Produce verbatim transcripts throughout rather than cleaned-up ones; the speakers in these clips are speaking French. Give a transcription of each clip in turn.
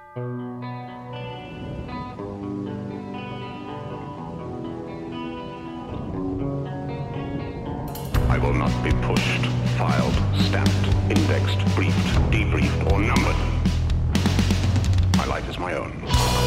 I will not be pushed, filed, stamped, indexed, briefed, debriefed, or numbered. My life is my own.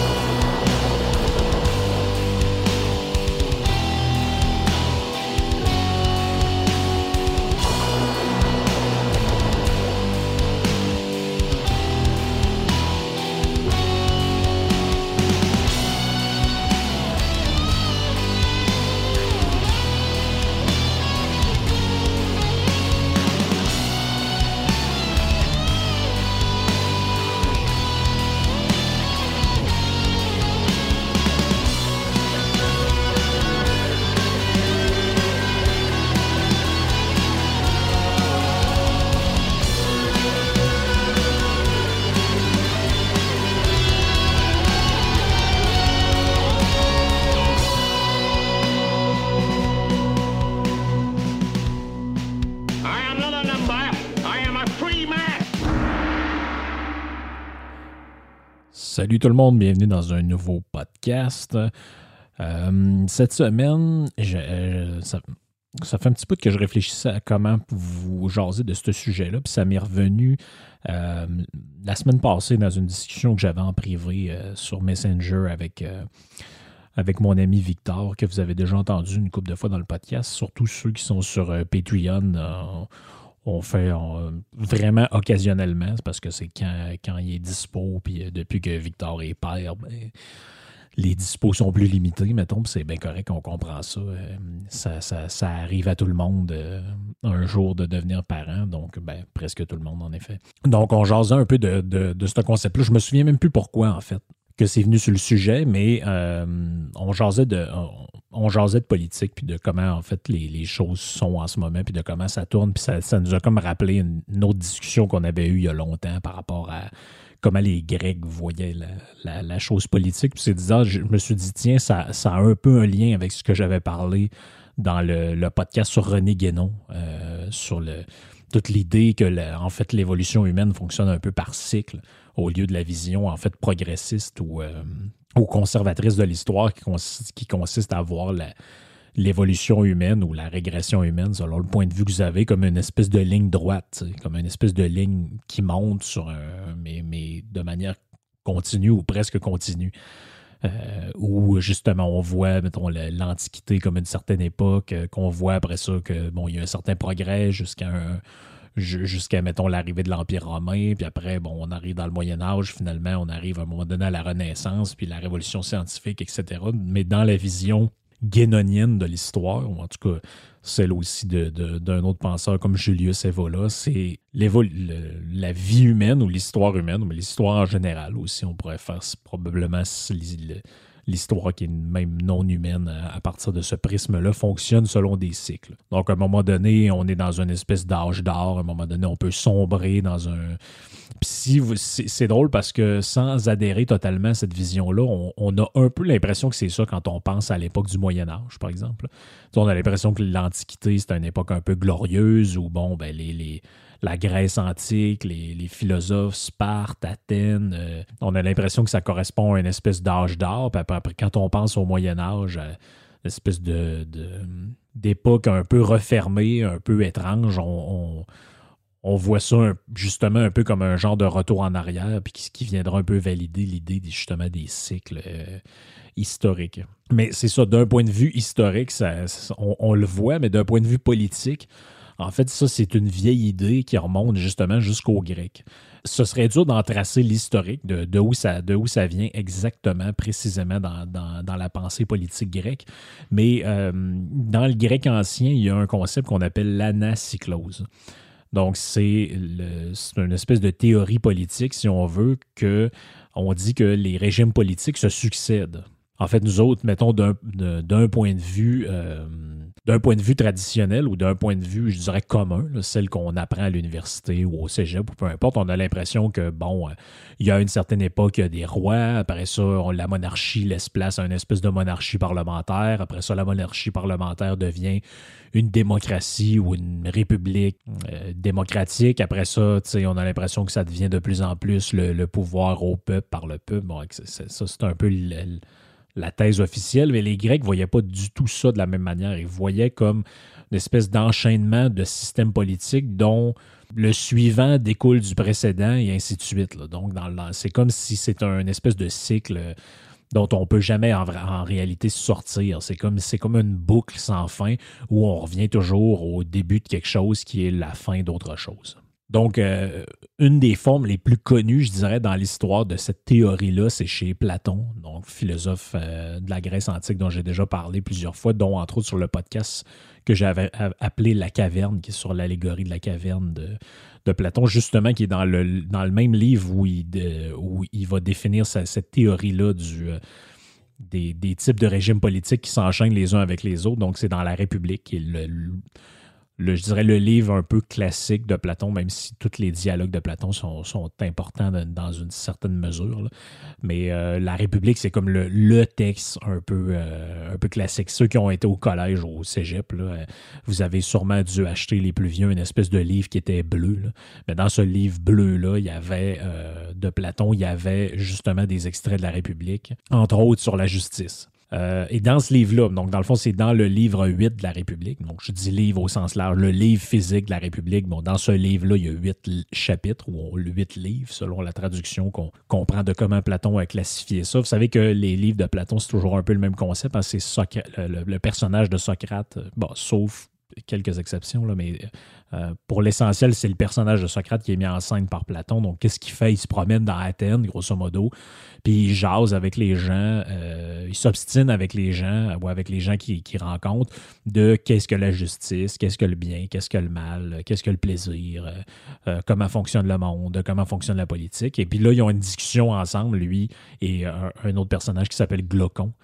Salut tout le monde, bienvenue dans un nouveau podcast. Euh, cette semaine, je, euh, ça, ça fait un petit peu que je réfléchissais à comment vous jaser de ce sujet-là, puis ça m'est revenu euh, la semaine passée dans une discussion que j'avais en privé euh, sur Messenger avec, euh, avec mon ami Victor, que vous avez déjà entendu une couple de fois dans le podcast, surtout ceux qui sont sur euh, Patreon. Euh, On fait on, vraiment occasionnellement, c'est parce que c'est quand, quand il est dispo, puis depuis que Victor est père, ben, les dispos sont plus limités, mettons, puis c'est bien correct, on comprend ça. Ça, ça. ça arrive à tout le monde euh, un jour de devenir parent, donc ben, presque tout le monde en effet. Donc on jasait un peu de, de, de ce concept-là. Je me souviens même plus pourquoi en fait que c'est venu sur le sujet, mais euh, on jasait de on, on jasait de politique, puis de comment en fait les, les choses sont en ce moment, puis de comment ça tourne, puis ça, ça nous a comme rappelé une, une autre discussion qu'on avait eue il y a longtemps par rapport à comment les Grecs voyaient la, la, la chose politique. Puis c'est disant, je me suis dit, tiens, ça, ça a un peu un lien avec ce que j'avais parlé dans le, le podcast sur René Guénon, euh, sur le, toute l'idée que la, en fait l'évolution humaine fonctionne un peu par cycle, au lieu de la vision en fait progressiste ou, euh, ou conservatrice de l'histoire qui consiste, qui consiste à voir la, l'évolution humaine ou la régression humaine, selon le point de vue que vous avez, comme une espèce de ligne droite, comme une espèce de ligne qui monte sur un, mais, mais de manière continue ou presque continue. Euh, où justement on voit, mettons, l'Antiquité comme une certaine époque, qu'on voit après ça que bon, il y a un certain progrès jusqu'à un jusqu'à, mettons, l'arrivée de l'Empire romain, puis après, bon, on arrive dans le Moyen-Âge, finalement, on arrive à un moment donné à la Renaissance, puis la Révolution scientifique, et cetera. Mais dans la vision guénonienne de l'histoire, ou en tout cas celle aussi de, de, d'un autre penseur comme Julius Evola, c'est le, la vie humaine ou l'histoire humaine, ou l'histoire en général aussi, on pourrait faire probablement l'histoire qui est même non humaine à partir de ce prisme-là fonctionne selon des cycles. Donc, à un moment donné, on est dans une espèce d'âge d'or. À un moment donné, on peut sombrer dans un... Puis si vous... c'est, c'est drôle parce que sans adhérer totalement à cette vision-là, on, on a un peu l'impression que c'est ça quand on pense à l'époque du Moyen-Âge, par exemple. T'sais, on a l'impression que l'Antiquité, c'est une époque un peu glorieuse où, bon, ben les... les la Grèce antique, les, les philosophes, Sparte, Athènes, euh, on a l'impression que ça correspond à une espèce d'âge d'or. Puis après, après, quand on pense au Moyen-Âge, à une espèce de, de, d'époque un peu refermée, un peu étrange, on, on, on voit ça un, justement un peu comme un genre de retour en arrière, puis qui, qui viendra un peu valider l'idée justement des cycles euh, historiques. Mais c'est ça, d'un point de vue historique, ça, ça, on, on le voit, mais d'un point de vue politique, en fait, ça, c'est une vieille idée qui remonte justement jusqu'aux Grecs. Ce serait dur d'en tracer l'historique, de, de, où ça, de où ça vient exactement, précisément dans, dans, dans la pensée politique grecque. Mais euh, dans le grec ancien, il y a un concept qu'on appelle l'anacyclose. Donc, c'est, le, c'est une espèce de théorie politique, si on veut, que on dit que les régimes politiques se succèdent. En fait, nous autres, mettons, d'un, d'un point de vue... Euh, d'un point de vue traditionnel ou d'un point de vue, je dirais, commun, là, celle qu'on apprend à l'université ou au cégep ou peu importe, on a l'impression que, bon, euh, il y a une certaine époque, il y a des rois, après ça, on, la monarchie laisse place à une espèce de monarchie parlementaire, après ça, la monarchie parlementaire devient une démocratie ou une république euh, démocratique. Après ça, on a l'impression que ça devient de plus en plus le, le pouvoir au peuple par le peuple. Bon, c'est, ça, c'est un peu le, la thèse officielle, mais les Grecs ne voyaient pas du tout ça de la même manière. Ils voyaient comme une espèce d'enchaînement de systèmes politiques dont le suivant découle du précédent et ainsi de suite. Là. Donc, dans le, c'est comme si c'était un espèce de cycle dont on ne peut jamais en, en réalité sortir. C'est comme, c'est comme une boucle sans fin où on revient toujours au début de quelque chose qui est la fin d'autre chose. Donc, euh, une des formes les plus connues, je dirais, dans l'histoire de cette théorie-là, c'est chez Platon, donc philosophe euh, de la Grèce antique dont j'ai déjà parlé plusieurs fois, dont entre autres sur le podcast que j'avais appelé La Caverne, qui est sur l'allégorie de la caverne de, de Platon, justement, qui est dans le, dans le même livre où il, de, où il va définir sa, cette théorie-là du... Euh, Des, des types de régimes politiques qui s'enchaînent les uns avec les autres. Donc, c'est dans La République, qui est le, le, je dirais le livre un peu classique de Platon, même si tous les dialogues de Platon sont, sont importants de, dans une certaine mesure. Là. Mais euh, La République, c'est comme le, le texte un peu, euh, un peu classique. Ceux qui ont été au collège, au cégep, là, vous avez sûrement dû acheter les plus vieux, une espèce de livre qui était bleu. Là. Mais dans ce livre bleu-là, il y avait, euh, de Platon, il y avait justement des extraits de La République, entre autres sur la justice. Euh, et dans ce livre-là, donc dans le fond, c'est dans le livre huit de la République. Donc, je dis livre au sens large, le livre physique de la République. Bon, dans ce livre-là, il y a huit chapitres ou huit livres, selon la traduction qu'on, qu'on prend de comment Platon a classifié ça. Vous savez que les livres de Platon, c'est toujours un peu le même concept. Hein, c'est Socrate, le, le personnage de Socrate, bon, sauf quelques exceptions, là, mais euh, pour l'essentiel, c'est le personnage de Socrate qui est mis en scène par Platon. Donc, qu'est-ce qu'il fait? Il se promène dans Athènes, grosso modo, puis il jase avec les gens, euh, il s'obstine avec les gens, ou avec les gens qu'il qui rencontre, de qu'est-ce que la justice, qu'est-ce que le bien, qu'est-ce que le mal, qu'est-ce que le plaisir, euh, euh, comment fonctionne le monde, comment fonctionne la politique. Et puis là, ils ont une discussion ensemble, lui et un, un autre personnage qui s'appelle Glaucon,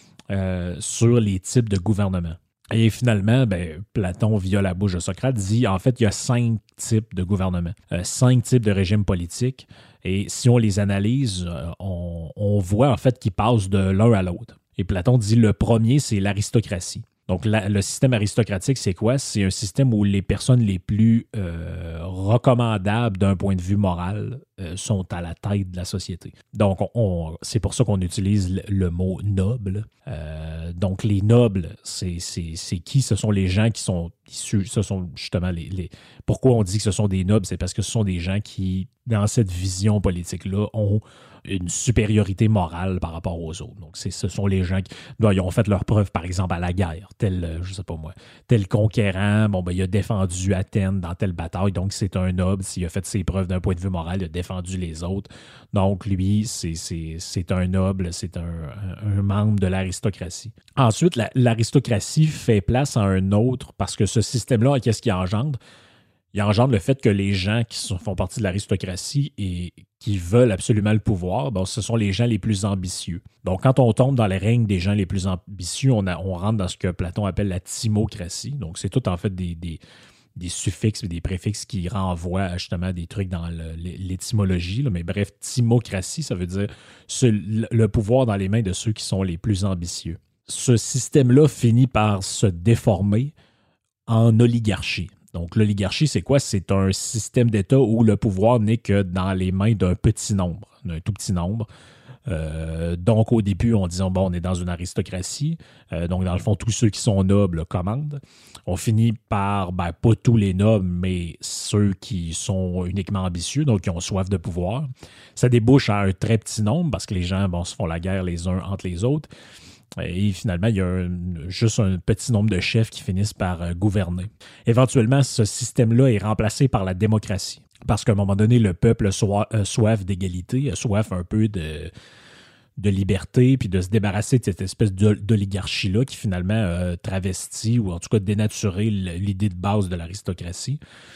euh, sur les types de gouvernement. Et finalement, ben, Platon, via la bouche de Socrate, dit en fait, il y a cinq types de gouvernement, euh, cinq types de régimes politiques. Et si on les analyse, euh, on, on voit en fait qu'ils passent de l'un à l'autre. Et Platon dit le premier, c'est l'aristocratie. Donc, la, le système aristocratique, c'est quoi? C'est un système où les personnes les plus euh, recommandables d'un point de vue moral euh, sont à la tête de la société. Donc, on, on, c'est pour ça qu'on utilise le, le mot noble. Euh, donc, les nobles, c'est, c'est, c'est qui? Ce sont les gens qui sont issus, ce sont justement les, les... Pourquoi on dit que ce sont des nobles? C'est parce que ce sont des gens qui, dans cette vision politique-là, ont une supériorité morale par rapport aux autres. Donc, c'est, ce sont les gens qui ben, ils ont fait leur preuve, par exemple, à la guerre. Tel, je sais pas moi, tel conquérant, bon, ben, il a défendu Athènes dans telle bataille, donc c'est un noble. S'il a fait ses preuves d'un point de vue moral, il a défendu les autres. Donc, lui, c'est, c'est, c'est un noble, c'est un, un, un membre de l'aristocratie. Ensuite, la, l'aristocratie fait place à un autre, parce que ce système-là, qu'est-ce qu'il engendre? Il engendre le fait que les gens qui sont, font partie de l'aristocratie et qui veulent absolument le pouvoir, ben, ce sont les gens les plus ambitieux. Donc, quand on tombe dans le règne des gens les plus ambitieux, on, a, on rentre dans ce que Platon appelle la timocratie. Donc, c'est tout en fait des, des, des suffixes et des préfixes qui renvoient à justement des trucs dans le, l'étymologie. Là. Mais bref, timocratie, ça veut dire ce, le pouvoir dans les mains de ceux qui sont les plus ambitieux. Ce système-là finit par se déformer en oligarchie. Donc, l'oligarchie, c'est quoi? C'est un système d'État où le pouvoir n'est que dans les mains d'un petit nombre, d'un tout petit nombre. Euh, donc, au début, on disait, bon, on est dans une aristocratie. Euh, donc, dans le fond, tous ceux qui sont nobles commandent. On finit par, ben, pas tous les nobles, mais ceux qui sont uniquement ambitieux, donc qui ont soif de pouvoir. Ça débouche à un très petit nombre parce que les gens, bon, se font la guerre les uns entre les autres. Et finalement, il y a un, juste un petit nombre de chefs qui finissent par euh, gouverner. Éventuellement, ce système-là est remplacé par la démocratie. Parce qu'à un moment donné, le peuple a soif, a soif d'égalité, a soif un peu de, de liberté, puis de se débarrasser de cette espèce d'oligarchie-là qui finalement euh, travestit, ou en tout cas dénaturer l'idée de base de l'aristocratie.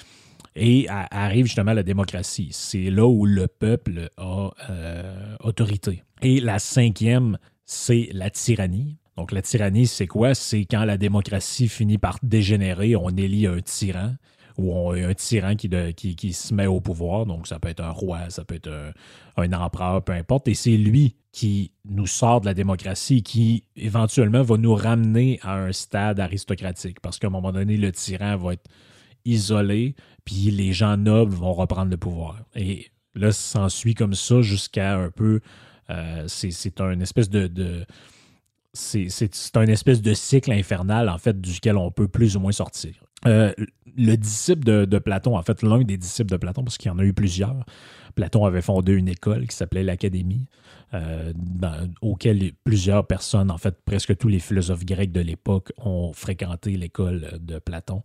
Et à, arrive justement la démocratie. C'est là où le peuple a euh, autorité. Et la cinquième, c'est la tyrannie. Donc la tyrannie, c'est quoi? C'est quand la démocratie finit par dégénérer, on élit un tyran, ou on, un tyran qui, de, qui, qui se met au pouvoir. Donc ça peut être un roi, ça peut être un, un empereur, peu importe. Et c'est lui qui nous sort de la démocratie, qui éventuellement va nous ramener à un stade aristocratique. Parce qu'à un moment donné, le tyran va être isolé, puis les gens nobles vont reprendre le pouvoir. Et là, ça s'ensuit comme ça jusqu'à un peu... Euh, c'est, c'est un espèce de... de c'est, c'est, c'est un espèce de cycle infernal, en fait, duquel on peut plus ou moins sortir. Euh, le disciple de, de Platon, en fait, l'un des disciples de Platon, parce qu'il y en a eu plusieurs, Platon avait fondé une école qui s'appelait l'Académie, euh, dans, auquel plusieurs personnes, en fait, presque tous les philosophes grecs de l'époque ont fréquenté l'école de Platon.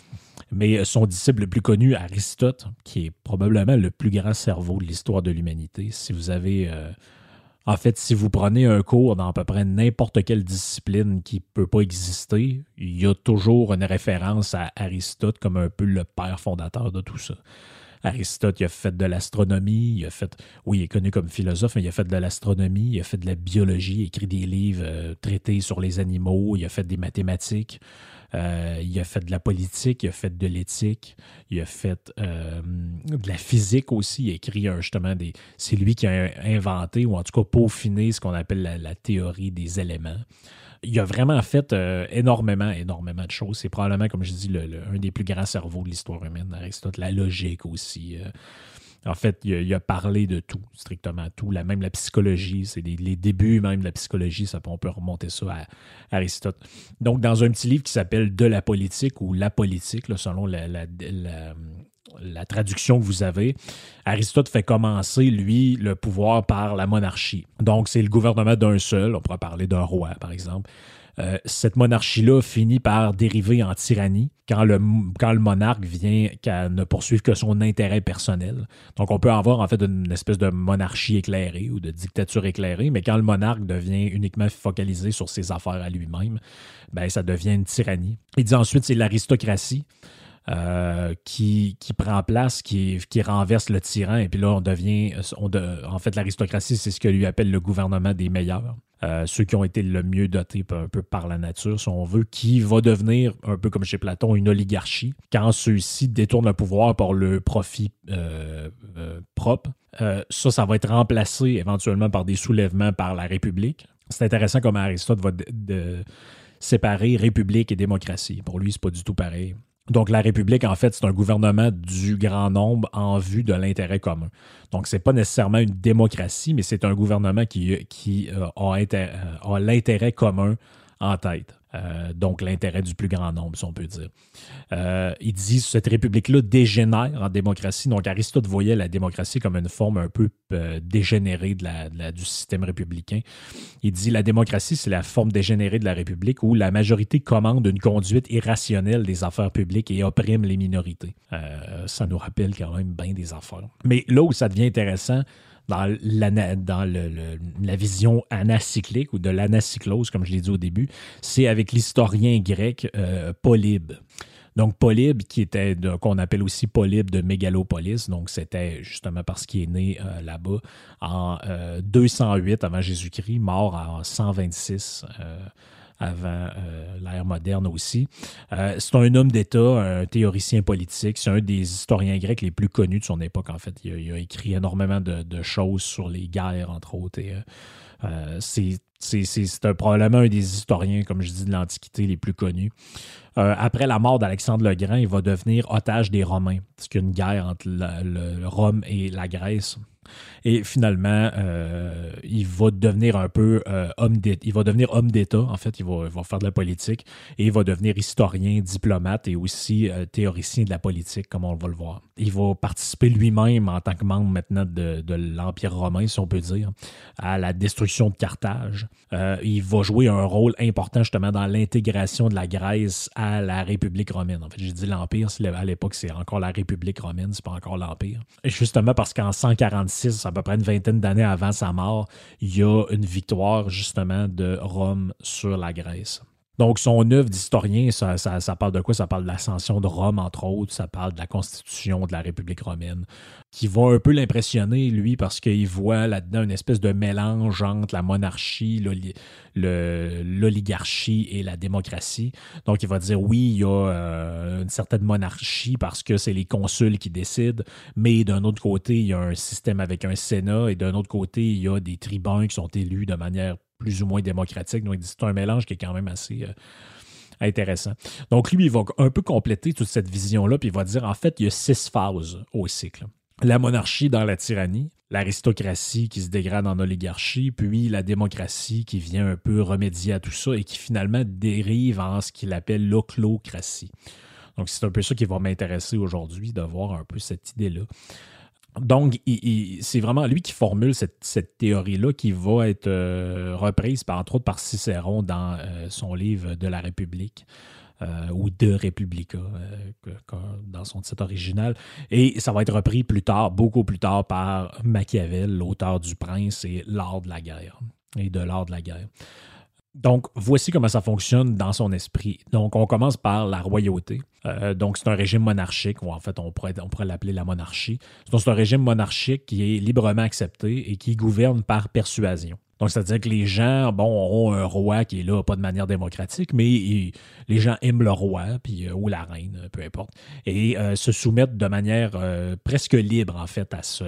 Mais son disciple le plus connu, Aristote, qui est probablement le plus grand cerveau de l'histoire de l'humanité, si vous avez... Euh, En fait, si vous prenez un cours dans à peu près n'importe quelle discipline qui ne peut pas exister, il y a toujours une référence à Aristote comme un peu le père fondateur de tout ça. Aristote, il a fait de l'astronomie, il a fait, oui, il est connu comme philosophe, mais il a fait de l'astronomie, il a fait de la biologie, il a écrit des livres euh, traités sur les animaux, il a fait des mathématiques, euh, il a fait de la politique, il a fait de l'éthique, il a fait euh, de la physique aussi, il a écrit un, justement des... C'est lui qui a inventé, ou en tout cas peaufiné, ce qu'on appelle la, la théorie des éléments. Il a vraiment fait euh, énormément, énormément de choses. C'est probablement, comme je dis, le, le, un des plus grands cerveaux de l'histoire humaine, Aristote. La logique aussi. Euh. En fait, il a, il a parlé de tout, strictement tout. La, même la psychologie, c'est des, les débuts même de la psychologie, ça, on peut remonter ça à Aristote. Donc, dans un petit livre qui s'appelle « De la politique » ou « La politique », là, selon la, la, la, la traduction que vous avez, Aristote fait commencer, lui, le pouvoir par la monarchie. Donc, c'est le gouvernement d'un seul. On pourrait parler d'un roi, par exemple. Euh, cette monarchie-là finit par dériver en tyrannie quand le, quand le monarque vient qu'à ne poursuivre que son intérêt personnel. Donc, on peut avoir en fait une espèce de monarchie éclairée ou de dictature éclairée, mais quand le monarque devient uniquement focalisé sur ses affaires à lui-même, ben, ça devient une tyrannie. Il dit ensuite, c'est l'aristocratie. Euh, qui, qui prend place, qui, qui renverse le tyran, et puis là, on devient... On de, en fait, l'aristocratie, c'est ce que lui appelle le gouvernement des meilleurs, euh, ceux qui ont été le mieux dotés un peu par la nature, si on veut, qui va devenir, un peu comme chez Platon, une oligarchie, quand ceux-ci détournent le pouvoir par le profit euh, euh, propre. Euh, ça, ça va être remplacé éventuellement par des soulèvements par la République. C'est intéressant comment Aristote va de, de séparer République et démocratie. Pour lui, c'est pas du tout pareil. Donc, la République, en fait, c'est un gouvernement du grand nombre en vue de l'intérêt commun. Donc, c'est pas nécessairement une démocratie, mais c'est un gouvernement qui, qui euh, a, inter- a l'intérêt commun en tête. Euh, donc, l'intérêt du plus grand nombre, si on peut dire. Euh, il dit que cette république-là dégénère en démocratie. Donc, Aristote voyait la démocratie comme une forme un peu euh, dégénérée de la, de la, du système républicain. Il dit la démocratie, c'est la forme dégénérée de la République où la majorité commande une conduite irrationnelle des affaires publiques et opprime les minorités. Euh, ça nous rappelle quand même bien des affaires. Mais là où ça devient intéressant, dans, la, dans le, le, la vision anacyclique ou de l'anacyclose, comme je l'ai dit au début, c'est avec l'historien grec euh, Polybe. Donc, Polybe, qui était de, qu'on appelle aussi Polybe de Mégalopolis, donc c'était justement parce qu'il est né euh, là-bas en euh, deux cent huit avant Jésus-Christ, mort en cent vingt-six euh, avant euh, l'ère moderne aussi. Euh, c'est un homme d'État, un théoricien politique. C'est un des historiens grecs les plus connus de son époque, en fait. Il a, il a écrit énormément de, de choses sur les guerres, entre autres. Et, euh, c'est, c'est, c'est, c'est un, probablement un des historiens, comme je dis, de l'Antiquité les plus connus. Euh, après la mort d'Alexandre le Grand, il va devenir otage des Romains, parce qu'il y a une guerre entre la, le Rome et la Grèce. Et finalement, euh, il va devenir un peu euh, homme d'État. Il va devenir homme d'État, en fait, il va, il va faire de la politique et il va devenir historien, diplomate et aussi euh, théoricien de la politique, comme on va le voir. Il va participer lui-même en tant que membre maintenant de, de l'Empire romain, si on peut dire, à la destruction de Carthage. Euh, il va jouer un rôle important justement dans l'intégration de la Grèce à la République romaine. En fait, j'ai dit l'Empire, à l'époque, c'est encore la République romaine, c'est pas encore l'Empire. Et justement parce qu'en cent quarante-six, à peu près une vingtaine d'années avant sa mort, il y a une victoire justement de Rome sur la Grèce. Donc, son œuvre d'historien, ça, ça, ça parle de quoi? Ça parle de l'ascension de Rome, entre autres. Ça parle de la constitution de la République romaine, qui va un peu l'impressionner, lui, parce qu'il voit là-dedans une espèce de mélange entre la monarchie, l'oli- le, l'oligarchie et la démocratie. Donc, il va dire, oui, il y a euh, une certaine monarchie parce que c'est les consuls qui décident, mais d'un autre côté, il y a un système avec un Sénat, et d'un autre côté, il y a des tribuns qui sont élus de manière plus ou moins démocratique. Donc, c'est un mélange qui est quand même assez euh, intéressant. Donc, lui, il va un peu compléter toute cette vision-là, puis il va dire, en fait, il y a six phases au cycle. La monarchie dans la tyrannie, l'aristocratie qui se dégrade en oligarchie, puis la démocratie qui vient un peu remédier à tout ça et qui finalement dérive en ce qu'il appelle l'ochlocratie. Donc, c'est un peu ça qui va m'intéresser aujourd'hui, de voir un peu cette idée-là. Donc, il, il, c'est vraiment lui qui formule cette, cette théorie-là qui va être euh, reprise, par, entre autres, par Cicéron dans euh, son livre de la République, euh, ou De Republica, euh, que, que, dans son titre original. Et ça va être repris plus tard, beaucoup plus tard, par Machiavel, l'auteur du Prince et l'art de la guerre, et de l'art de la guerre. Donc, voici comment ça fonctionne dans son esprit. Donc, on commence par la royauté. Euh, donc, c'est un régime monarchique, ou en fait, on pourrait, on pourrait l'appeler la monarchie. Donc, c'est un régime monarchique qui est librement accepté et qui gouverne par persuasion. Donc, c'est-à-dire que les gens, bon, auront un roi qui est là, pas de manière démocratique, mais il, les gens aiment le roi, puis, euh, ou la reine, peu importe, et euh, se soumettent de manière euh, presque libre, en fait, à ce,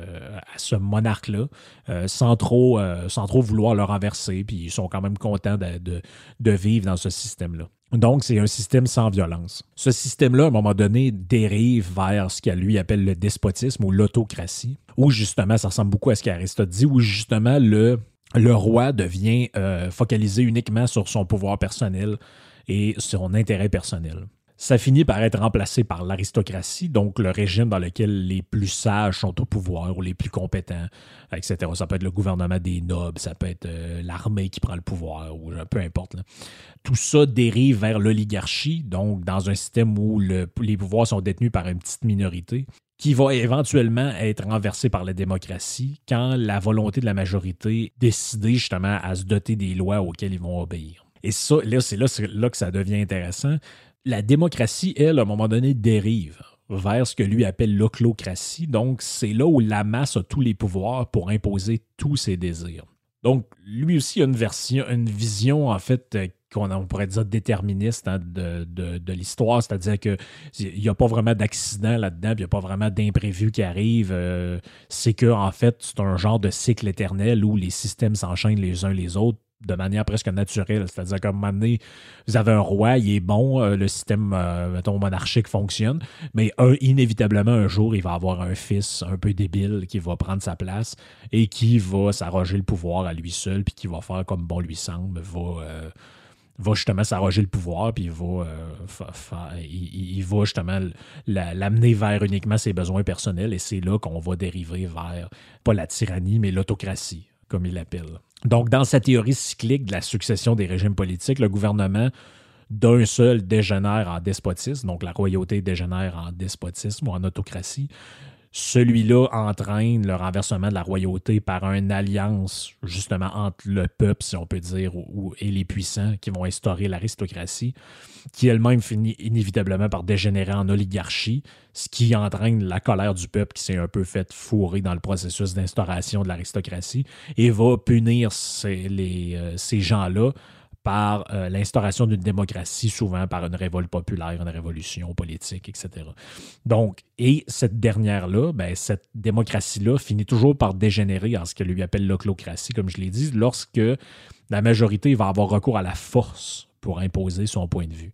à ce monarque-là, euh, sans, trop, euh, sans trop vouloir le renverser, puis ils sont quand même contents de, de, de vivre dans ce système-là. Donc, c'est un système sans violence. Ce système-là, à un moment donné, dérive vers ce qu'elle lui appelle le despotisme ou l'autocratie, où justement, ça ressemble beaucoup à ce qu'Aristote dit, où justement, le, le roi devient euh, focalisé uniquement sur son pouvoir personnel et son intérêt personnel. Ça finit par être remplacé par l'aristocratie, donc le régime dans lequel les plus sages sont au pouvoir ou les plus compétents, et cetera. Ça peut être le gouvernement des nobles, ça peut être euh, l'armée qui prend le pouvoir, ou peu importe. Là. Tout ça dérive vers l'oligarchie, donc dans un système où le, les pouvoirs sont détenus par une petite minorité, qui va éventuellement être renversée par la démocratie quand la volonté de la majorité décide justement à se doter des lois auxquelles ils vont obéir. Et ça, là, c'est là, c'est là que ça devient intéressant. La démocratie, elle, à un moment donné, dérive vers ce que lui appelle l'ochlocratie. Donc, c'est là où la masse a tous les pouvoirs pour imposer tous ses désirs. Donc, lui aussi a une version, une vision, en fait, qu'on on pourrait dire déterministe hein, de, de, de l'histoire, c'est-à-dire qu'il n'y a pas vraiment d'accident là-dedans, puis il n'y a pas vraiment d'imprévu qui arrive. Euh, c'est que, en fait, c'est un genre de cycle éternel où les systèmes s'enchaînent les uns les autres de manière presque naturelle. C'est-à-dire qu'à un moment donné, vous avez un roi, il est bon, euh, le système, euh, mettons, monarchique fonctionne, mais un, inévitablement, un jour, il va avoir un fils un peu débile qui va prendre sa place et qui va s'arroger le pouvoir à lui seul, puis qui va faire comme bon lui semble, va... Euh, va justement s'arroger le pouvoir, puis il va, euh, fa, fa, il, il va justement la, l'amener vers uniquement ses besoins personnels, et c'est là qu'on va dériver vers, pas la tyrannie, mais l'autocratie, comme il l'appelle. Donc, dans sa théorie cyclique de la succession des régimes politiques, le gouvernement d'un seul dégénère en despotisme, donc la royauté dégénère en despotisme ou en autocratie. Celui-là entraîne le renversement de la royauté par une alliance justement entre le peuple, si on peut dire, ou, et les puissants qui vont instaurer l'aristocratie, qui elle-même finit inévitablement par dégénérer en oligarchie, ce qui entraîne la colère du peuple qui s'est un peu fait fourrer dans le processus d'instauration de l'aristocratie et va punir ces, les, euh, ces gens-là par euh, l'instauration d'une démocratie, souvent par une révolte populaire, une révolution politique, et cetera. Donc, et cette dernière-là, ben, cette démocratie-là finit toujours par dégénérer en ce que lui appelle l'ochlocratie, comme je l'ai dit, lorsque la majorité va avoir recours à la force pour imposer son point de vue.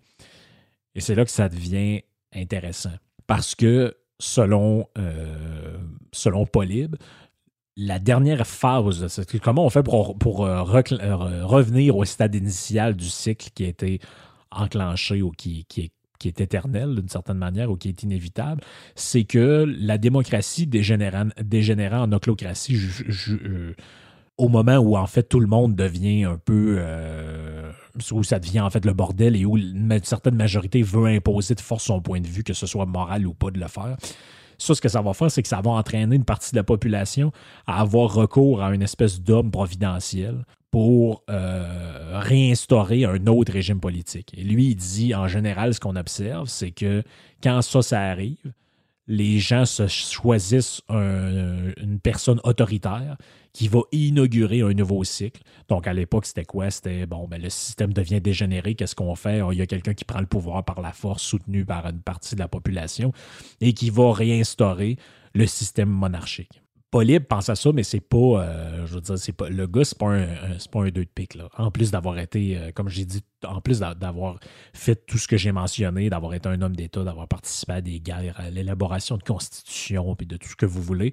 Et c'est là que ça devient intéressant. Parce que, selon, euh, selon Polybe, la dernière phase, c'est comment on fait pour, pour euh, recl- euh, revenir au stade initial du cycle qui a été enclenché ou qui, qui, est, qui est éternel d'une certaine manière ou qui est inévitable, c'est que la démocratie dégénérant, dégénérant en ochlocratie ju, ju, euh, au moment où en fait tout le monde devient un peu euh, où ça devient en fait le bordel et où une certaine majorité veut imposer de force son point de vue, que ce soit moral ou pas de le faire. Ça, ce que ça va faire, c'est que ça va entraîner une partie de la population à avoir recours à une espèce d'homme providentiel pour euh, réinstaurer un autre régime politique. Et lui, il dit, en général, ce qu'on observe, c'est que quand ça, ça arrive, les gens se choisissent un, une personne autoritaire qui va inaugurer un nouveau cycle. Donc, à l'époque, c'était quoi? C'était, bon, ben, le système devient dégénéré. Qu'est-ce qu'on fait? Il y a quelqu'un qui prend le pouvoir par la force, soutenu par une partie de la population, et qui va réinstaurer le système monarchique. Polybe pense à ça, mais c'est pas, euh, je veux dire, c'est pas, le gars, c'est pas un, un, c'est pas un deux de pique, là. En plus d'avoir été, euh, comme j'ai dit, en plus d'avoir fait tout ce que j'ai mentionné, d'avoir été un homme d'État, d'avoir participé à des guerres, à l'élaboration de constitutions, puis de tout ce que vous voulez,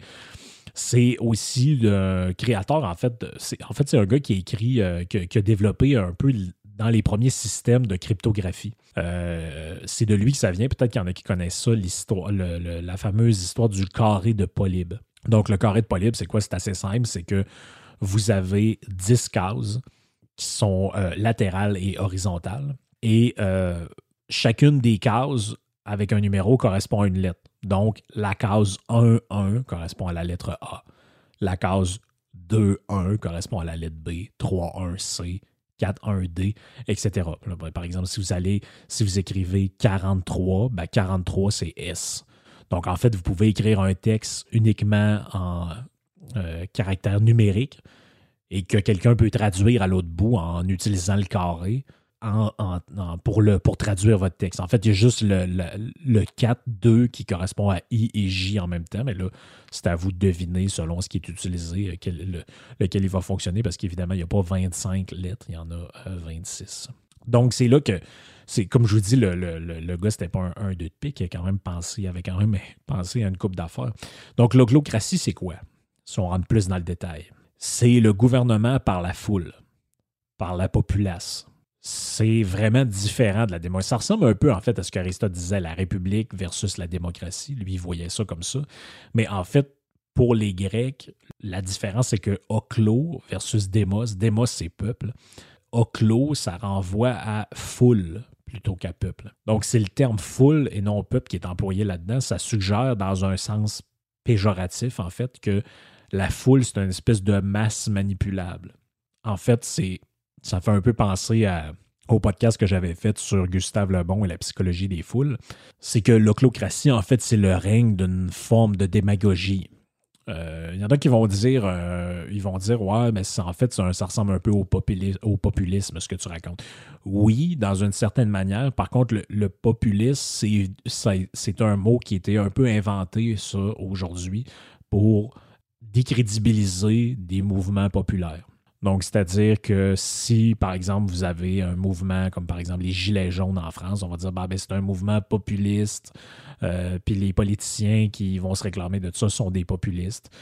c'est aussi le créateur, en fait, c'est, en fait, c'est un gars qui a écrit, euh, qui, qui a développé un peu dans les premiers systèmes de cryptographie. Euh, c'est de lui que ça vient, peut-être qu'il y en a qui connaissent ça, l'histoire, le, le, la fameuse histoire du carré de Polybe. Donc, le carré de Polybe, c'est quoi? C'est assez simple. C'est que vous avez dix cases qui sont euh, latérales et horizontales. Et euh, chacune des cases, avec un numéro, correspond à une lettre. Donc, la case un un correspond à la lettre A. La case deux un correspond à la lettre B. trois un C. quatre un D, et cetera. Par exemple, si vous allez, si vous écrivez quarante-trois, ben quarante-trois, c'est S. Donc, en fait, vous pouvez écrire un texte uniquement en euh, caractère numérique et que quelqu'un peut traduire à l'autre bout en utilisant le carré en, en, en, pour, le, pour traduire votre texte. En fait, il y a juste le, le, le quatre deux qui correspond à I et J en même temps, mais là, c'est à vous de deviner selon ce qui est utilisé, quel, le, lequel il va fonctionner, parce qu'évidemment, il n'y a pas vingt-cinq lettres, il y en a euh, vingt-six. Donc, c'est là que, c'est comme je vous dis, le, le, le, le gars, c'était pas un un deux de pique, il a quand même pensé, il avait quand même pensé à une couple d'affaires. Donc, l'ochlocratie, c'est quoi? Si on rentre plus dans le détail. C'est le gouvernement par la foule, par la populace. C'est vraiment différent de la démocratie. Ça ressemble un peu, en fait, à ce qu'Aristote disait, la République versus la démocratie. Lui, il voyait ça comme ça. Mais en fait, pour les Grecs, la différence, c'est que oklo versus démos, démos, c'est peuple. Oklo, ça renvoie à foule plutôt qu'à peuple. Donc, c'est le terme foule et non peuple qui est employé là-dedans. Ça suggère, dans un sens péjoratif, en fait, que la foule, c'est une espèce de masse manipulable. En fait, c'est, ça fait un peu penser à, au podcast que j'avais fait sur Gustave Le Bon et la psychologie des foules. C'est que l'ochlocratie, en fait, c'est le règne d'une forme de démagogie. Il euh, y en a qui vont dire, euh, ils vont dire, ouais, mais ça, en fait, ça, ça ressemble un peu au, populi- au populisme, ce que tu racontes. Oui, dans une certaine manière. Par contre, le, le populisme, c'est, c'est, c'est un mot qui était un peu inventé, ça, aujourd'hui, pour décrédibiliser des mouvements populaires. Donc, c'est-à-dire que si, par exemple, vous avez un mouvement comme, par exemple, les Gilets jaunes en France, on va dire, bah, ben, c'est un mouvement populiste, euh, puis les politiciens qui vont se réclamer de ça sont des populistes.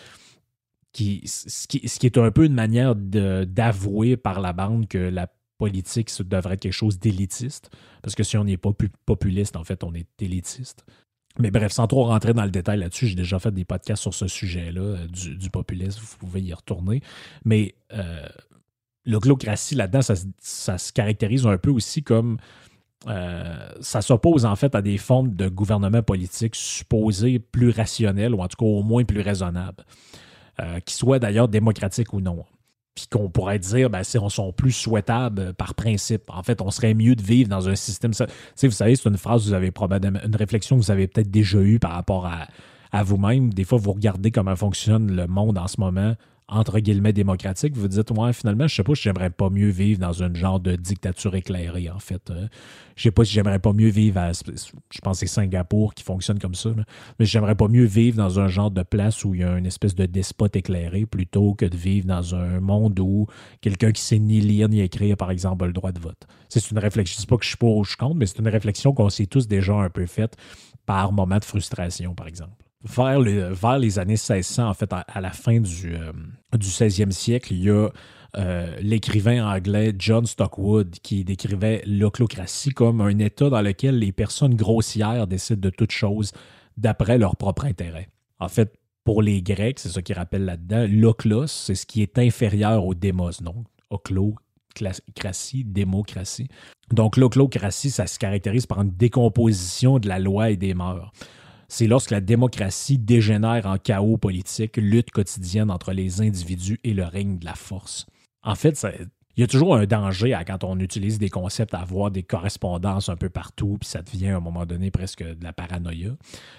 Qui, ce, qui, ce qui est un peu une manière de, d'avouer par la bande que la politique ça devrait être quelque chose d'élitiste, parce que si on n'est pas populiste, en fait, on est élitiste. Mais bref, sans trop rentrer dans le détail là-dessus, j'ai déjà fait des podcasts sur ce sujet-là, du, du populisme, vous pouvez y retourner. Mais euh, l'ochlocratie, là-dedans, ça, ça se caractérise un peu aussi comme... Euh, ça s'oppose en fait à des formes de gouvernement politique supposées plus rationnelles, ou en tout cas au moins plus raisonnables, euh, qui soient d'ailleurs démocratiques ou non. Puis qu'on pourrait dire, ben, si on sont plus souhaitables par principe. En fait, on serait mieux de vivre dans un système... Ça, vous savez, c'est une phrase, vous avez probablement une réflexion que vous avez peut-être déjà eue par rapport à, à vous-même. Des fois, vous regardez comment fonctionne le monde en ce moment, entre guillemets, démocratique. Vous vous dites, ouais, finalement, je sais pas si j'aimerais pas mieux vivre dans un genre de dictature éclairée, en fait. Euh, je sais pas si j'aimerais pas mieux vivre à... Je pense que c'est Singapour qui fonctionne comme ça, là. Mais j'aimerais pas mieux vivre dans un genre de place où il y a une espèce de despote éclairé plutôt que de vivre dans un monde où quelqu'un qui sait ni lire ni écrire, par exemple, a le droit de vote. C'est une réflexion. Je dis pas que je suis pour ou je compte, mais c'est une réflexion qu'on s'est tous déjà un peu faite par moment de frustration, par exemple. Vers, le, vers les années seize cents, en fait, à, à la fin du, euh, du seizième siècle, il y a euh, l'écrivain anglais John Stockwood qui décrivait l'ochlocratie comme un état dans lequel les personnes grossières décident de toutes choses d'après leur propre intérêt. En fait, pour les Grecs, c'est ça qu'ils rappellent là-dedans, l'ochlos, c'est ce qui est inférieur au démos, donc ochlocratie, démocratie. Donc l'ochlocratie, ça se caractérise par une décomposition de la loi et des mœurs. C'est lorsque la démocratie dégénère en chaos politique, lutte quotidienne entre les individus et le règne de la force. en fait, ça, il y a toujours un danger à, quand on utilise des concepts à avoir des correspondances un peu partout, puis ça devient à un moment donné presque de la paranoïa.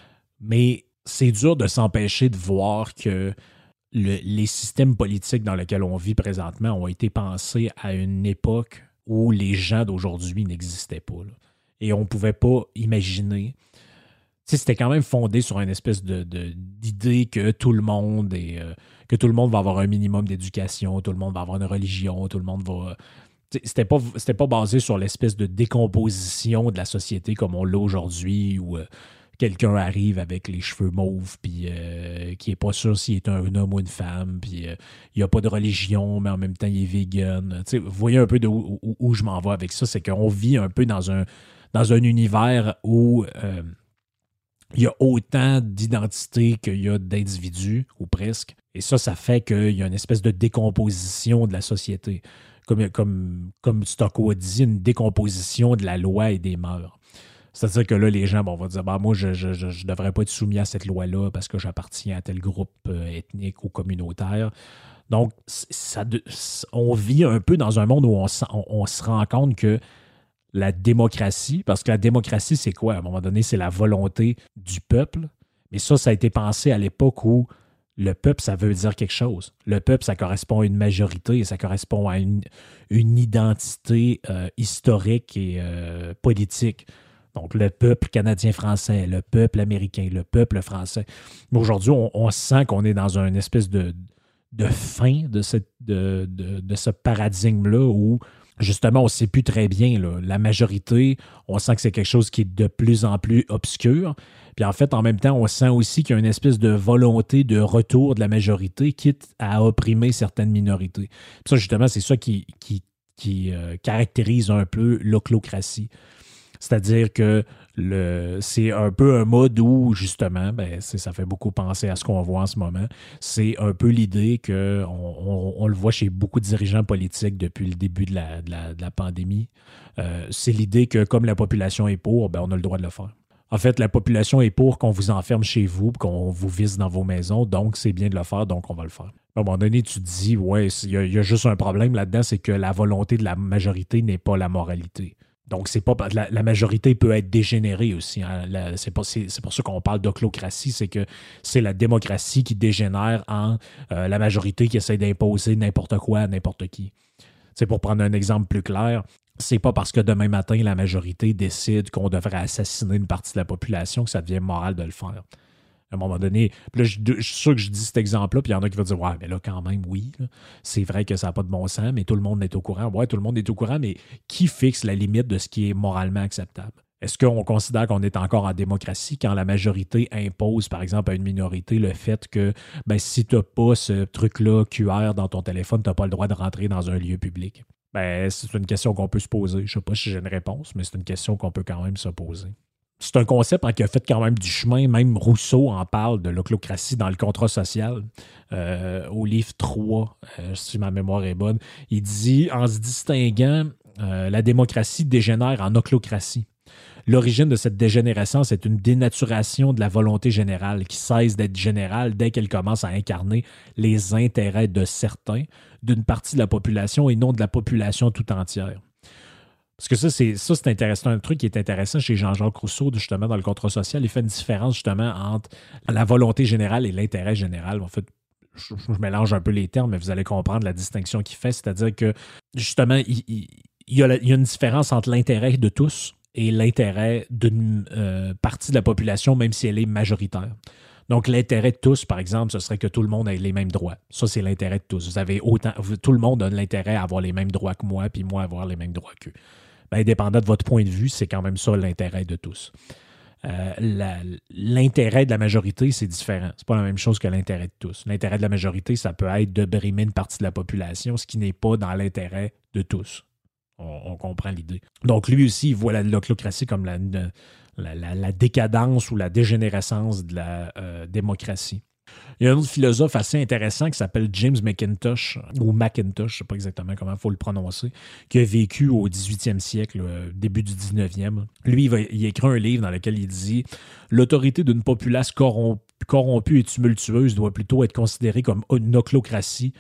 Mais c'est dur de s'empêcher de voir que le, les systèmes politiques dans lesquels on vit présentement ont été pensés à une époque où les gens d'aujourd'hui n'existaient pas. Là. Et on ne pouvait pas imaginer. Tu sais, c'était quand même fondé sur une espèce de, de, d'idée que tout le monde est, euh, que tout le monde va avoir un minimum d'éducation, tout le monde va avoir une religion, tout le monde va. C'était pas, c'était pas basé sur l'espèce de décomposition de la société comme on l'a aujourd'hui, où euh, quelqu'un arrive avec les cheveux mauves, puis euh, qui n'est pas sûr s'il est un, un homme ou une femme, puis euh, il n'y a pas de religion, mais en même temps, il est vegan. T'sais, vous voyez un peu de où, où, où je m'en vais avec ça, c'est qu'on vit un peu dans un, dans un univers où euh, il y a autant d'identités qu'il y a d'individus, ou presque. Et ça, ça fait qu'il y a une espèce de décomposition de la société. Comme, comme, comme Stocko a dit, une décomposition de la loi et des mœurs. C'est-à-dire que là, les gens bon, vont dire bah, « moi, je ne je, je, je devrais pas être soumis à cette loi-là parce que j'appartiens à tel groupe euh, ethnique ou communautaire. » Donc, ça, on vit un peu dans un monde où on, on, on se rend compte que la démocratie, parce que la démocratie, c'est quoi? À un moment donné, c'est la volonté du peuple. Mais ça, ça a été pensé à l'époque où le peuple, ça veut dire quelque chose. Le peuple, ça correspond à une majorité et ça correspond à une, une identité euh, historique et euh, politique. Donc, le peuple canadien-français, le peuple américain, le peuple français. Mais aujourd'hui, on, on sent qu'on est dans une espèce de, de fin de, cette, de, de, de ce paradigme-là où, justement, on ne sait plus très bien. Là, la majorité, on sent que c'est quelque chose qui est de plus en plus obscur. Puis en fait, en même temps, on sent aussi qu'il y a une espèce de volonté de retour de la majorité, quitte à opprimer certaines minorités. Puis ça, justement, c'est ça qui, qui, qui euh, caractérise un peu l'oclocratie. C'est-à-dire que le, c'est un peu un mode où, justement, ben, c'est, ça fait beaucoup penser à ce qu'on voit en ce moment. C'est un peu l'idée qu'on on, on le voit chez beaucoup de dirigeants politiques depuis le début de la, de la, de la pandémie. Euh, c'est l'idée que comme la population est pour, ben, on a le droit de le faire. En fait, la population est pour qu'on vous enferme chez vous, qu'on vous vise dans vos maisons, donc c'est bien de le faire, donc on va le faire. À un moment donné, tu te dis, ouais, il y, y a juste un problème là-dedans, c'est que la volonté de la majorité n'est pas la moralité. Donc, c'est pas la, la majorité peut être dégénérée aussi. Hein. La, c'est, pas, c'est, c'est pour ça qu'on parle d'oclocratie, c'est que c'est la démocratie qui dégénère en euh, la majorité qui essaie d'imposer n'importe quoi à n'importe qui. C'est pour prendre un exemple plus clair, c'est pas parce que demain matin, la majorité décide qu'on devrait assassiner une partie de la population que ça devient moral de le faire. À un moment donné, puis là, je, je suis sûr que je dis cet exemple-là, puis il y en a qui vont dire « Ouais, mais là, quand même, oui, là, c'est vrai que ça n'a pas de bon sens, mais tout le monde est au courant. » Ouais, tout le monde est au courant, mais qui fixe la limite de ce qui est moralement acceptable? Est-ce qu'on considère qu'on est encore en démocratie quand la majorité impose, par exemple, à une minorité le fait que ben, si tu n'as pas ce truc-là Q R dans ton téléphone, tu n'as pas le droit de rentrer dans un lieu public? Ben, c'est une question qu'on peut se poser. Je ne sais pas si j'ai une réponse, mais c'est une question qu'on peut quand même se poser. C'est un concept hein, qui a fait quand même du chemin. Même Rousseau en parle de l'oclocratie dans le contrat social. Euh, au livre trois, euh, si ma mémoire est bonne, il dit, en se distinguant, euh, la démocratie dégénère en oclocratie. L'origine de cette dégénérescence est une dénaturation de la volonté générale qui cesse d'être générale dès qu'elle commence à incarner les intérêts de certains, d'une partie de la population et non de la population tout entière. Parce que ça, c'est, ça, c'est intéressant. Un truc qui est intéressant chez Jean-Jacques Rousseau, justement, dans le contrat social, il fait une différence, justement, entre la volonté générale et l'intérêt général. En fait, je, je mélange un peu les termes, mais vous allez comprendre la distinction qu'il fait. C'est-à-dire que, justement, il, il, il, y a la, il y a une différence entre l'intérêt de tous et l'intérêt d'une euh, partie de la population, même si elle est majoritaire. Donc, l'intérêt de tous, par exemple, ce serait que tout le monde ait les mêmes droits. Ça, c'est l'intérêt de tous. Vous avez autant, vous, tout le monde a l'intérêt à avoir les mêmes droits que moi, puis moi avoir les mêmes droits qu'eux. Ben, indépendant de votre point de vue, c'est quand même ça l'intérêt de tous. Euh, la, l'intérêt de la majorité, c'est différent. C'est pas la même chose que l'intérêt de tous. L'intérêt de la majorité, ça peut être de brimer une partie de la population, ce qui n'est pas dans l'intérêt de tous. On, on comprend l'idée. Donc, lui aussi, il voit la, l'oclocratie comme la, la, la, la décadence ou la dégénérescence de la euh, démocratie. Il y a un autre philosophe assez intéressant qui s'appelle James McIntosh, ou Mackintosh, je ne sais pas exactement comment il faut le prononcer, qui a vécu au dix-huitième siècle, début du dix-neuvième. Lui, il, va, il écrit un livre dans lequel il dit « L'autorité d'une populace corrompue, corrompue et tumultueuse doit plutôt être considérée comme une oclocratie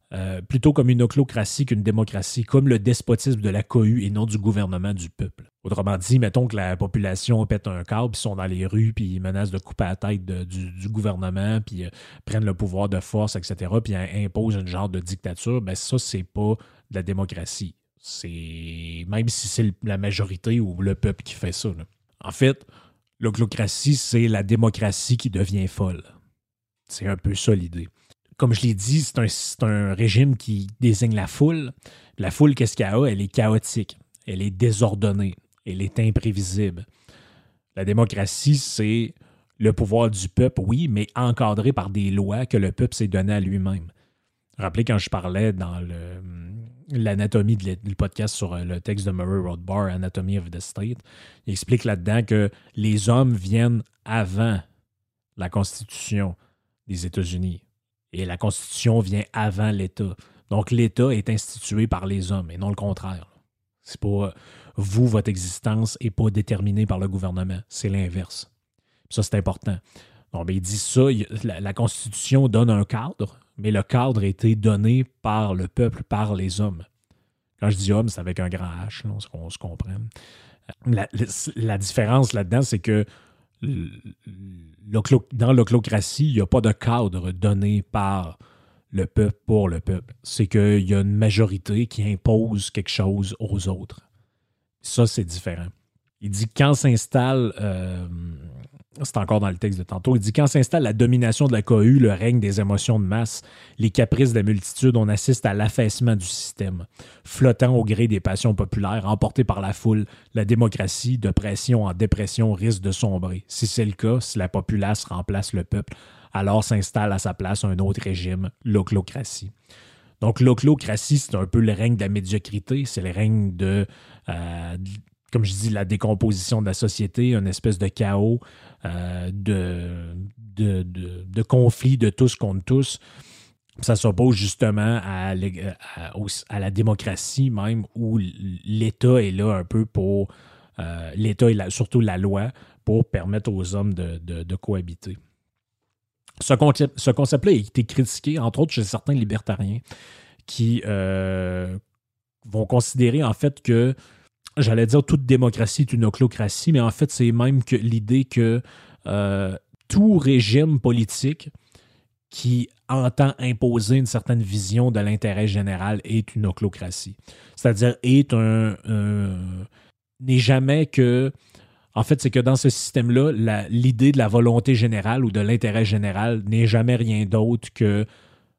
euh, plutôt comme une oclocratie qu'une démocratie, comme le despotisme de la cohue et non du gouvernement du peuple. Autrement dit, mettons que la population pète un câble, puis sont dans les rues, puis ils menacent de couper la tête de, du, du gouvernement, puis euh, prennent le pouvoir de force, et cetera, puis imposent une genre de dictature, ben ça, c'est pas de la démocratie. C'est même si c'est la majorité ou le peuple qui fait ça. Là. En fait, l'oclocratie, c'est la démocratie qui devient folle. C'est un peu ça l'idée. Comme je l'ai dit, c'est un, c'est un régime qui désigne la foule. La foule, qu'est-ce qu'elle a? Elle est chaotique. Elle est désordonnée. Elle est imprévisible. La démocratie, c'est le pouvoir du peuple, oui, mais encadré par des lois que le peuple s'est donné à lui-même. Rappelez quand je parlais dans le, l'anatomie du podcast sur le texte de Murray Rothbard, Anatomy of the State, il explique là-dedans que les hommes viennent avant la Constitution des États-Unis. Et la Constitution vient avant l'État. Donc, l'État est institué par les hommes et non le contraire. C'est pas vous, votre existence n'est pas déterminée par le gouvernement. C'est l'inverse. Ça, c'est important. Donc, bien, il dit ça, la, la Constitution donne un cadre, mais le cadre a été donné par le peuple, par les hommes. Quand je dis homme, c'est avec un grand H, là, on se comprend. La, la différence là-dedans, c'est que dans l'oclocratie, il n'y a pas de cadre donné par le peuple pour le peuple. C'est qu'il y a une majorité qui impose quelque chose aux autres. Ça, c'est différent. Il dit quand s'installe, euh, c'est encore dans le texte de tantôt, il dit quand s'installe la domination de la cohue, le règne des émotions de masse, les caprices de la multitude, on assiste à l'affaissement du système. Flottant au gré des passions populaires, emporté par la foule, la démocratie, de pression en dépression, risque de sombrer. Si c'est le cas, si la populace remplace le peuple, alors s'installe à sa place un autre régime, l'oclocratie. Donc l'oclocratie, c'est un peu le règne de la médiocrité, c'est le règne de... Euh, comme je dis, la décomposition de la société, une espèce de chaos, euh, de, de, de, de conflits de tous contre tous. Ça s'oppose justement à, à, à la démocratie même, où l'État est là un peu pour... Euh, L'État et la, surtout la loi, pour permettre aux hommes de, de, de cohabiter. Ce concept, ce concept-là a été critiqué, entre autres, chez certains libertariens qui euh, vont considérer en fait que j'allais dire toute démocratie est une oclocratie, mais en fait, c'est même que l'idée que euh, tout régime politique qui entend imposer une certaine vision de l'intérêt général est une oclocratie. C'est-à-dire est un, un n'est jamais que... En fait, c'est que dans ce système-là, la, l'idée de la volonté générale ou de l'intérêt général n'est jamais rien d'autre que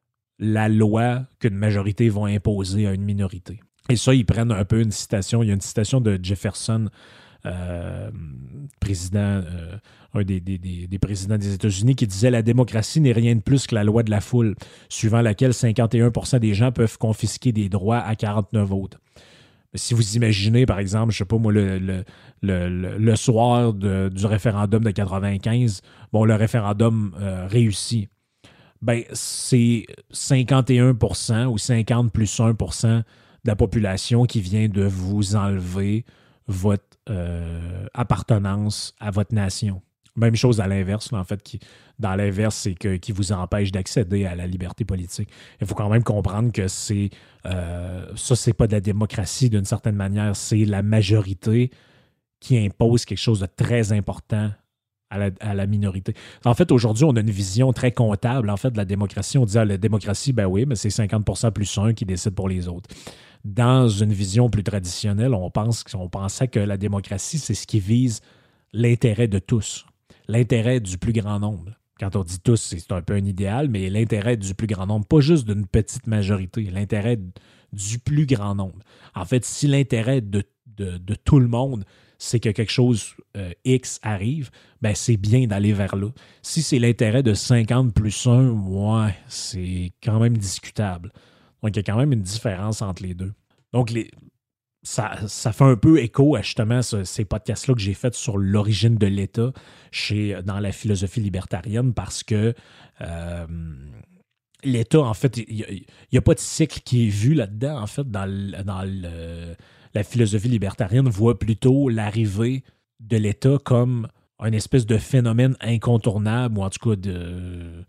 la loi qu'une majorité va imposer à une minorité. Et ça, ils prennent un peu une citation. Il y a une citation de Jefferson, euh, président, euh, un des, des, des, des présidents des États-Unis, qui disait « La démocratie n'est rien de plus que la loi de la foule, suivant laquelle cinquante et un pour cent des gens peuvent confisquer des droits à quarante-neuf autres. » Si vous imaginez, par exemple, je ne sais pas moi, le, le, le, le soir de, du référendum de quatre-vingt-quinze, bon, le référendum euh, réussit. Ben, c'est cinquante et un pour cent ou cinquante plus un pour cent de la population qui vient de vous enlever votre euh, appartenance à votre nation. Même chose à l'inverse, là, en fait, qui, dans l'inverse, c'est que, qui vous empêche d'accéder à la liberté politique. Il faut quand même comprendre que c'est euh, ça, c'est pas de la démocratie d'une certaine manière, c'est la majorité qui impose quelque chose de très important à la, à la minorité. En fait, aujourd'hui, on a une vision très comptable, en fait, de la démocratie. On dit, ah, la démocratie, ben oui, mais c'est cinquante pour cent plus un qui décide pour les autres. Dans une vision plus traditionnelle, on pense, on pensait que la démocratie, c'est ce qui vise l'intérêt de tous. L'intérêt du plus grand nombre. Quand on dit tous, c'est un peu un idéal, mais l'intérêt du plus grand nombre, pas juste d'une petite majorité, l'intérêt du plus grand nombre. En fait, si l'intérêt de, de, de tout le monde, c'est que quelque chose euh, X arrive, ben c'est bien d'aller vers là. Si c'est l'intérêt de cinquante plus un, ouais, c'est quand même discutable. Donc, il y a quand même une différence entre les deux. Donc, les... Ça, ça fait un peu écho à justement ce, ces podcasts-là que j'ai faits sur l'origine de l'État chez, dans la philosophie libertarienne parce que euh, l'État, en fait, il n'y a, a pas de cycle qui est vu là-dedans. En fait, dans, le, dans le, la philosophie libertarienne, voit plutôt l'arrivée de l'État comme une espèce de phénomène incontournable ou en tout cas de...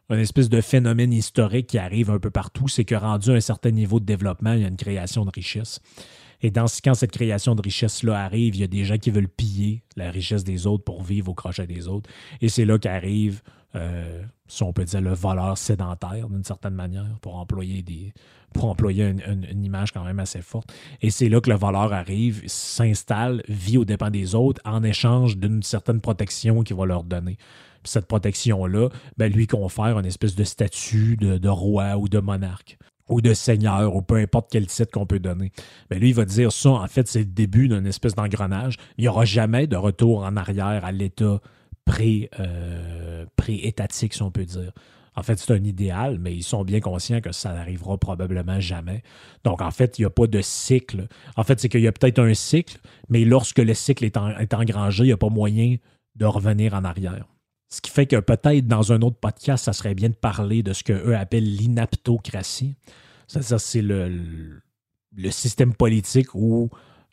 une espèce de phénomène historique qui arrive un peu partout, c'est que rendu à un certain niveau de développement, il y a une création de richesse. Et dans, quand cette création de richesse-là arrive, il y a des gens qui veulent piller la richesse des autres pour vivre au crochet des autres. Et c'est là qu'arrive, euh, si on peut dire, le voleur sédentaire, d'une certaine manière, pour employer, des, pour employer une, une, une image quand même assez forte. Et c'est là que le voleur arrive, s'installe, vit aux dépens des autres, en échange d'une certaine protection qu'il va leur donner. Puis cette protection-là, ben, lui confère une espèce de statut de, de roi ou de monarque, ou de seigneur, ou peu importe quel titre qu'on peut donner. Bien, lui, il va dire ça, en fait, c'est le début d'une espèce d'engrenage. Il n'y aura jamais de retour en arrière à l'état pré, euh, pré-étatique, si on peut dire. En fait, c'est un idéal, mais ils sont bien conscients que ça n'arrivera probablement jamais. Donc, en fait, il n'y a pas de cycle. En fait, c'est qu'il y a peut-être un cycle, mais lorsque le cycle est, en, est engrangé, il n'y a pas moyen de revenir en arrière. Ce qui fait que peut-être dans un autre podcast, ça serait bien de parler de ce qu'eux appellent l'inaptocratie. C'est-à-dire c'est le, le, le système politique où,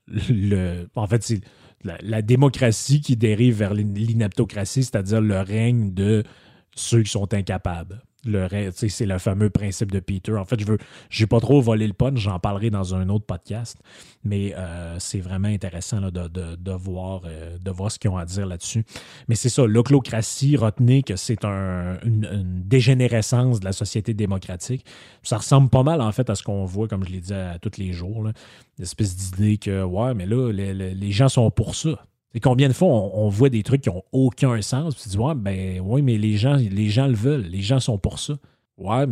le, en fait, c'est la, la démocratie qui dérive vers l'inaptocratie, c'est-à-dire le règne de ceux qui sont incapables. Le, c'est le fameux principe de Peter. En fait, je veux, je n'ai pas trop volé le punch, j'en parlerai dans un autre podcast, mais euh, c'est vraiment intéressant là, de, de, de, voir, euh, de voir ce qu'ils ont à dire là-dessus. Mais c'est ça, l'oclocratie, retenez que c'est un, une, une dégénérescence de la société démocratique. Ça ressemble pas mal, en fait, à ce qu'on voit, comme je l'ai dit à, à tous les jours, là, une espèce d'idée que, ouais, mais là, les, les, les gens sont pour ça. Et combien de fois on, on voit des trucs qui n'ont aucun sens, puis tu dis, ouais, ben, oui, mais les gens, les gens le veulent, les gens sont pour ça. Ouais,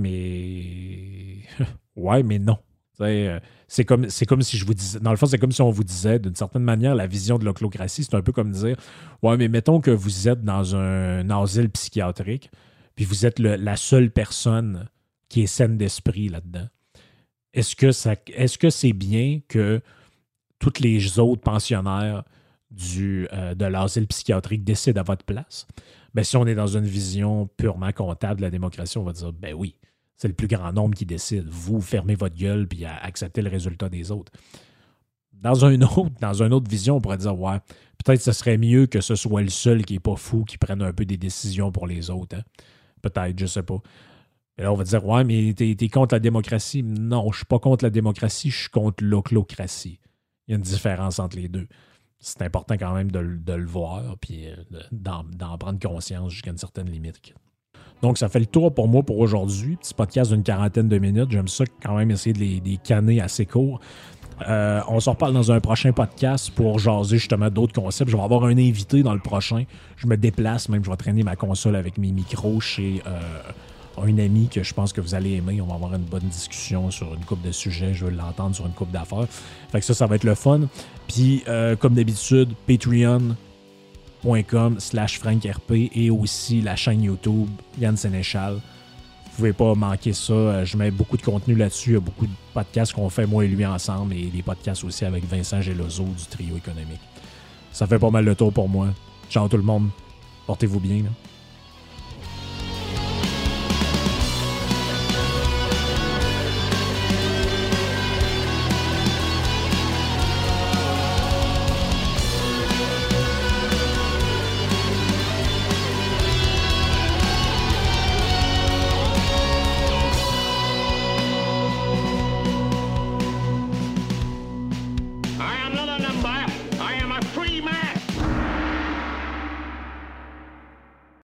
mais. ouais, mais non. C'est comme, c'est comme si je vous disais. Dans le fond, c'est comme si on vous disait, d'une certaine manière, la vision de l'oclocratie, c'est un peu comme dire, ouais, mais mettons que vous êtes dans un asile psychiatrique, puis vous êtes le, la seule personne qui est saine d'esprit là-dedans. Est-ce que ça, est-ce que c'est bien que tous les autres pensionnaires Du, euh, de l'asile psychiatrique décide à votre place, ben, si on est dans une vision purement comptable de la démocratie, on va dire, ben oui, c'est le plus grand nombre qui décide. Vous fermez votre gueule puis acceptez le résultat des autres. Dans, un autre, dans une autre vision, on pourrait dire, ouais, peut-être que ce serait mieux que ce soit le seul qui n'est pas fou, qui prenne un peu des décisions pour les autres. Hein? Peut-être, je sais pas. Mais là, on va dire, ouais, mais t'es, t'es contre la démocratie. Non, je suis pas contre la démocratie, je suis contre l'oclocratie. Il y a une différence entre les deux. C'est important quand même de, de le voir puis d'en, d'en prendre conscience jusqu'à une certaine limite. Donc, ça fait le tour pour moi pour aujourd'hui. Petit podcast d'une quarantaine de minutes. J'aime ça quand même essayer de les, de les canner assez court. Euh, on se reparle dans un prochain podcast pour jaser justement d'autres concepts. Je vais avoir un invité dans le prochain. Je me déplace, même je vais traîner ma console avec mes micros chez euh, un ami que je pense que vous allez aimer. On va avoir une bonne discussion sur une couple de sujets. Je veux l'entendre sur une couple d'affaires. Fait que ça, ça va être le fun. Puis, euh, comme d'habitude, patreon point com slash frank r p et aussi la chaîne YouTube Yann Sénéchal. Vous pouvez pas manquer ça. Je mets beaucoup de contenu là-dessus. Il y a beaucoup de podcasts qu'on fait, moi et lui, ensemble, et des podcasts aussi avec Vincent Gelozo du Trio Économique. Ça fait pas mal le tour pour moi. Ciao tout le monde. Portez-vous bien. Là.